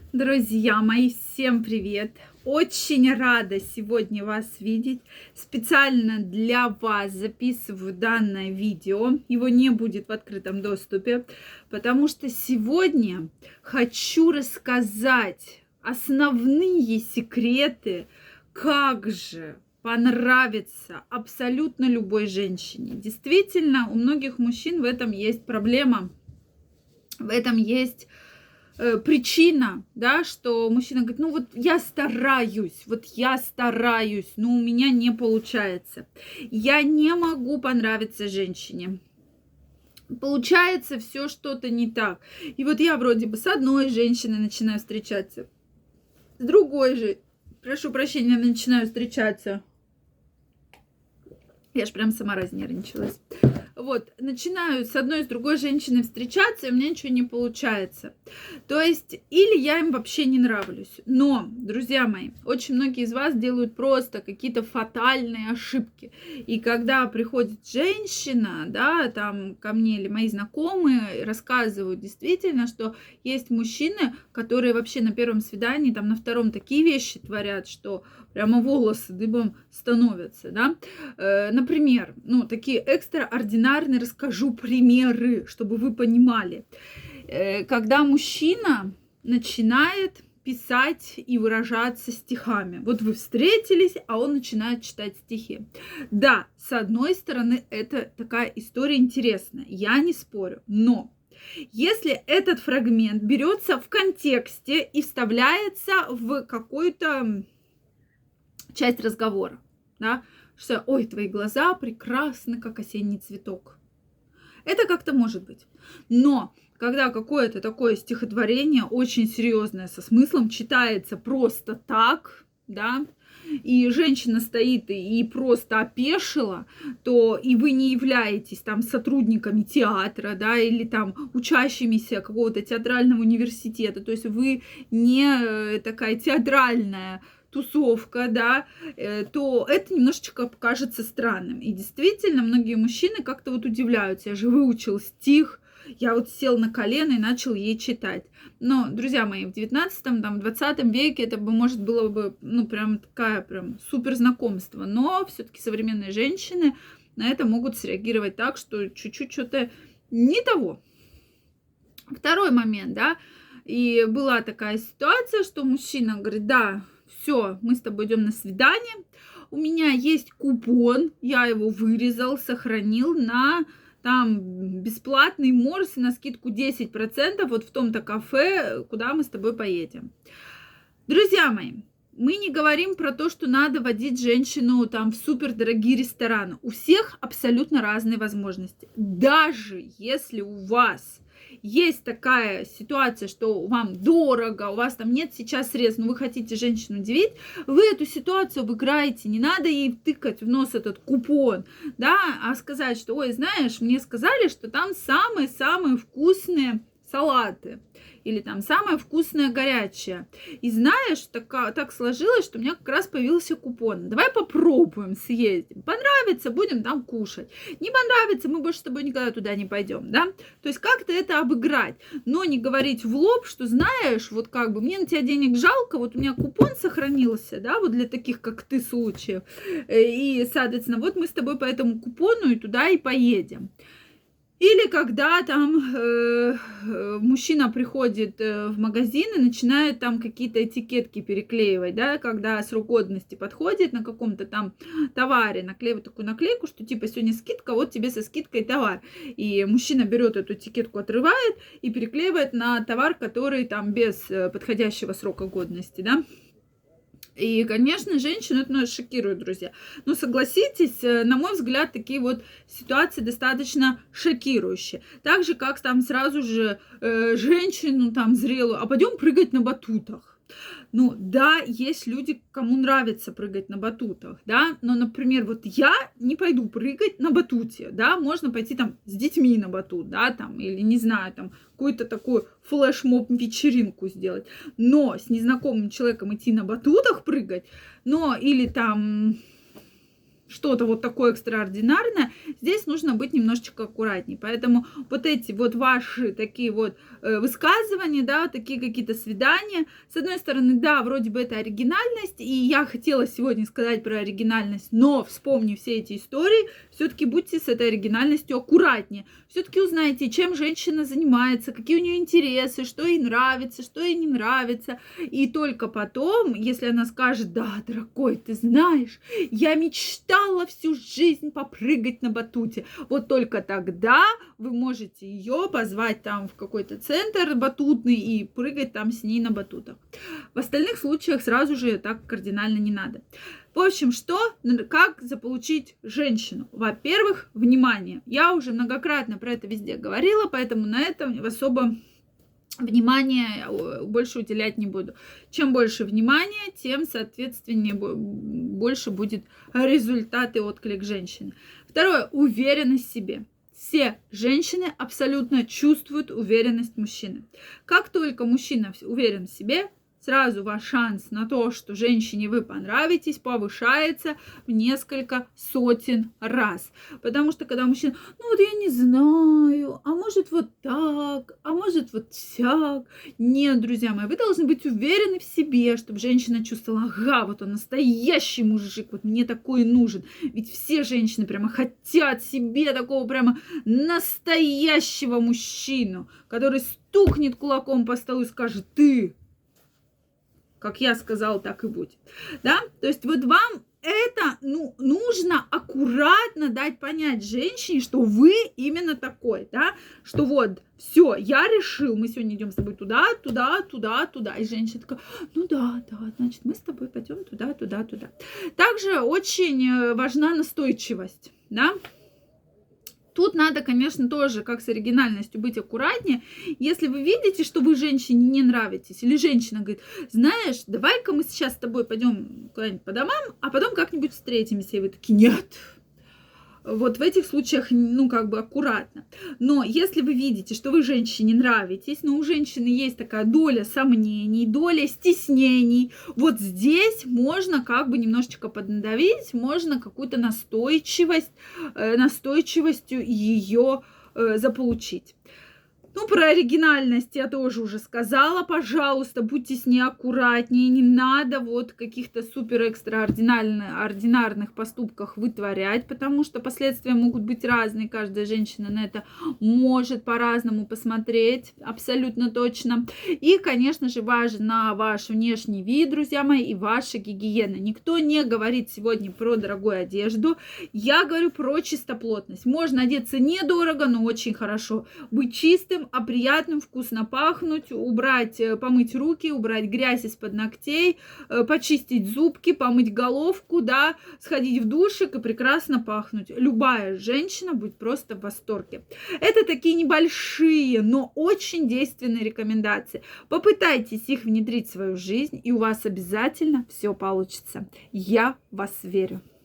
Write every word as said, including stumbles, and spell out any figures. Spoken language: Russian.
Друзья мои, всем привет! Очень рада сегодня вас видеть. Специально для вас записываю данное видео. Его не будет в открытом доступе, потому что сегодня хочу рассказать основные секреты, как же понравится абсолютно любой женщине. Действительно, у многих мужчин в этом есть проблема, в этом есть причина, да, что мужчина говорит, ну вот я стараюсь, вот я стараюсь, но у меня не получается. Я не могу понравиться женщине. Получается все что-то не так. И вот я вроде бы с одной женщиной начинаю встречаться, с другой же, прошу прощения, начинаю встречаться. Я ж прям сама разнервничалась. Вот, начинаю с одной, с другой женщиной встречаться, и у меня ничего не получается. То есть, или я им вообще не нравлюсь. Но, друзья мои, очень многие из вас делают просто какие-то фатальные ошибки. И когда приходит женщина, да, там ко мне или мои знакомые рассказывают действительно, что есть мужчины, которые вообще на первом свидании, там на втором такие вещи творят, что прямо волосы дыбом становятся, да. Э, например, ну, такие экстраординарные, расскажу примеры, чтобы вы понимали. Э, когда мужчина начинает писать и выражаться стихами. Вот вы встретились, а он начинает читать стихи. Да, с одной стороны, это такая история интересная, я не спорю, но если этот фрагмент берется в контексте и вставляется в какую-то часть разговора, да, что, ой, твои глаза прекрасны, как осенний цветок. Это как-то может быть. Но когда какое-то такое стихотворение очень серьезное со смыслом читается просто так, да, и женщина стоит и просто опешила, то и вы не являетесь там сотрудниками театра, да, или там учащимися какого-то театрального университета, то есть вы не такая театральная тусовка, да, то это немножечко покажется странным. И действительно, многие мужчины как-то вот удивляются. Я же выучил стих, я вот сел на колено и начал ей читать. Но, друзья мои, в девятнадцатом, там, двадцатом веке это бы, может, было бы, ну, прям такая, прям супер знакомство. Но все-таки современные женщины на это могут среагировать так, что чуть-чуть что-то не того. Второй момент, да, и была такая ситуация, что мужчина говорит, да, все, мы с тобой идем на свидание, у меня есть купон, я его вырезал, сохранил на там бесплатный морс на скидку десять процентов вот в том-то кафе, куда мы с тобой поедем. Друзья мои, мы не говорим про то, что надо водить женщину там в супердорогие рестораны. У всех абсолютно разные возможности. Даже если у вас есть такая ситуация, что вам дорого, у вас там нет сейчас средств, но вы хотите женщину удивить, вы эту ситуацию обыграете. Не надо ей втыкать в нос этот купон, да, а сказать, что, ой, знаешь, мне сказали, что там самые-самые вкусные салаты. Или там самое вкусное горячее. И знаешь, так, так сложилось, что у меня как раз появился купон. Давай попробуем, съездим. Понравится, будем там кушать. Не понравится, мы больше с тобой никогда туда не пойдем, да? То есть как-то это обыграть. Но не говорить в лоб, что знаешь, вот как бы мне на тебя денег жалко, вот у меня купон сохранился, да, вот для таких, как ты, случаев. И, соответственно, вот мы с тобой по этому купону и туда и поедем. Или когда там э, мужчина приходит в магазин и начинает там какие-то этикетки переклеивать, да, когда срок годности подходит на каком-то там товаре, наклеивает такую наклейку, что типа сегодня скидка, вот тебе со скидкой товар. И мужчина берет эту этикетку, отрывает и переклеивает на товар, который там без подходящего срока годности, да. И, конечно, женщину это шокирует, друзья. Но согласитесь, на мой взгляд, такие вот ситуации достаточно шокирующие. Так же, как там сразу же э, женщину там зрелую, а пойдем прыгать на батутах. Ну, да, есть люди, кому нравится прыгать на батутах, да, но, например, вот я не пойду прыгать на батуте, да, можно пойти там с детьми на батут, да, там, или, не знаю, там, какую-то такую флешмоб-вечеринку сделать, но с незнакомым человеком идти на батутах прыгать, но, или там... что-то вот такое экстраординарное, здесь нужно быть немножечко аккуратней. Поэтому вот эти вот ваши такие вот э, высказывания, да, такие какие-то свидания, с одной стороны, да, вроде бы это оригинальность, и я хотела сегодня сказать про оригинальность, но вспомнив все эти истории, все-таки будьте с этой оригинальностью аккуратнее. Все-таки узнайте, чем женщина занимается, какие у нее интересы, что ей нравится, что ей не нравится. И только потом, если она скажет: да, дорогой, ты знаешь, я мечтала всю жизнь попрыгать на батуте. Вот только тогда вы можете ее позвать там в какой-то центр батутный и прыгать там с ней на батутах. В остальных случаях сразу же так кардинально не надо. В общем, что, как заполучить женщину? Во-первых, внимание. Я уже многократно про это везде говорила, поэтому на этом особо внимания больше уделять не буду. Чем больше внимания, тем, соответственно, больше будет результат и отклик женщины. Второе, уверенность в себе. Все женщины абсолютно чувствуют уверенность мужчины. Как только мужчина уверен в себе, сразу ваш шанс на то, что женщине вы понравитесь, повышается в несколько сотен раз. Потому что когда мужчина: ну вот я не знаю, а может вот так, а может вот сяк. Нет, друзья мои, вы должны быть уверены в себе, чтобы женщина чувствовала: ага, вот он настоящий мужик, вот мне такой нужен. Ведь все женщины прямо хотят себе такого прямо настоящего мужчину, который стукнет кулаком по столу и скажет: ты, как я сказала, так и будь. Да? То есть вот вам это, ну, нужно аккуратно дать понять женщине, что вы именно такой, да, что вот, все, я решил, мы сегодня идем с тобой туда, туда, туда, туда. И женщина такая: ну да, да, значит, мы с тобой пойдем туда, туда, туда. Также очень важна настойчивость, да. Тут надо, конечно, тоже, как с оригинальностью, быть аккуратнее. Если вы видите, что вы женщине не нравитесь, или женщина говорит: знаешь, давай-ка мы сейчас с тобой пойдем куда-нибудь по домам, а потом как-нибудь встретимся. И вы такие: нет. Вот в этих случаях, ну, как бы аккуратно. Но если вы видите, что вы женщине нравитесь, но у женщины есть такая доля сомнений, доля стеснений, вот здесь можно как бы немножечко поднадавить, можно какую-то настойчивость, э, настойчивостью ее э, заполучить. Ну, про оригинальность я тоже уже сказала. Пожалуйста, будьте с ней аккуратнее. Не надо вот каких-то супер экстраординарных поступках вытворять, потому что последствия могут быть разные. Каждая женщина на это может по-разному посмотреть, абсолютно точно. И, конечно же, важен ваш внешний вид, друзья мои, и ваша гигиена. Никто не говорит сегодня про дорогую одежду. Я говорю про чистоплотность. Можно одеться недорого, но очень хорошо. Быть чистым, а приятным, вкусно пахнуть, убрать, помыть руки, убрать грязь из-под ногтей, почистить зубки, помыть головку, да, сходить в душик и прекрасно пахнуть. Любая женщина будет просто в восторге. Это такие небольшие, но очень действенные рекомендации. Попытайтесь их внедрить в свою жизнь, и у вас обязательно все получится. Я в вас верю.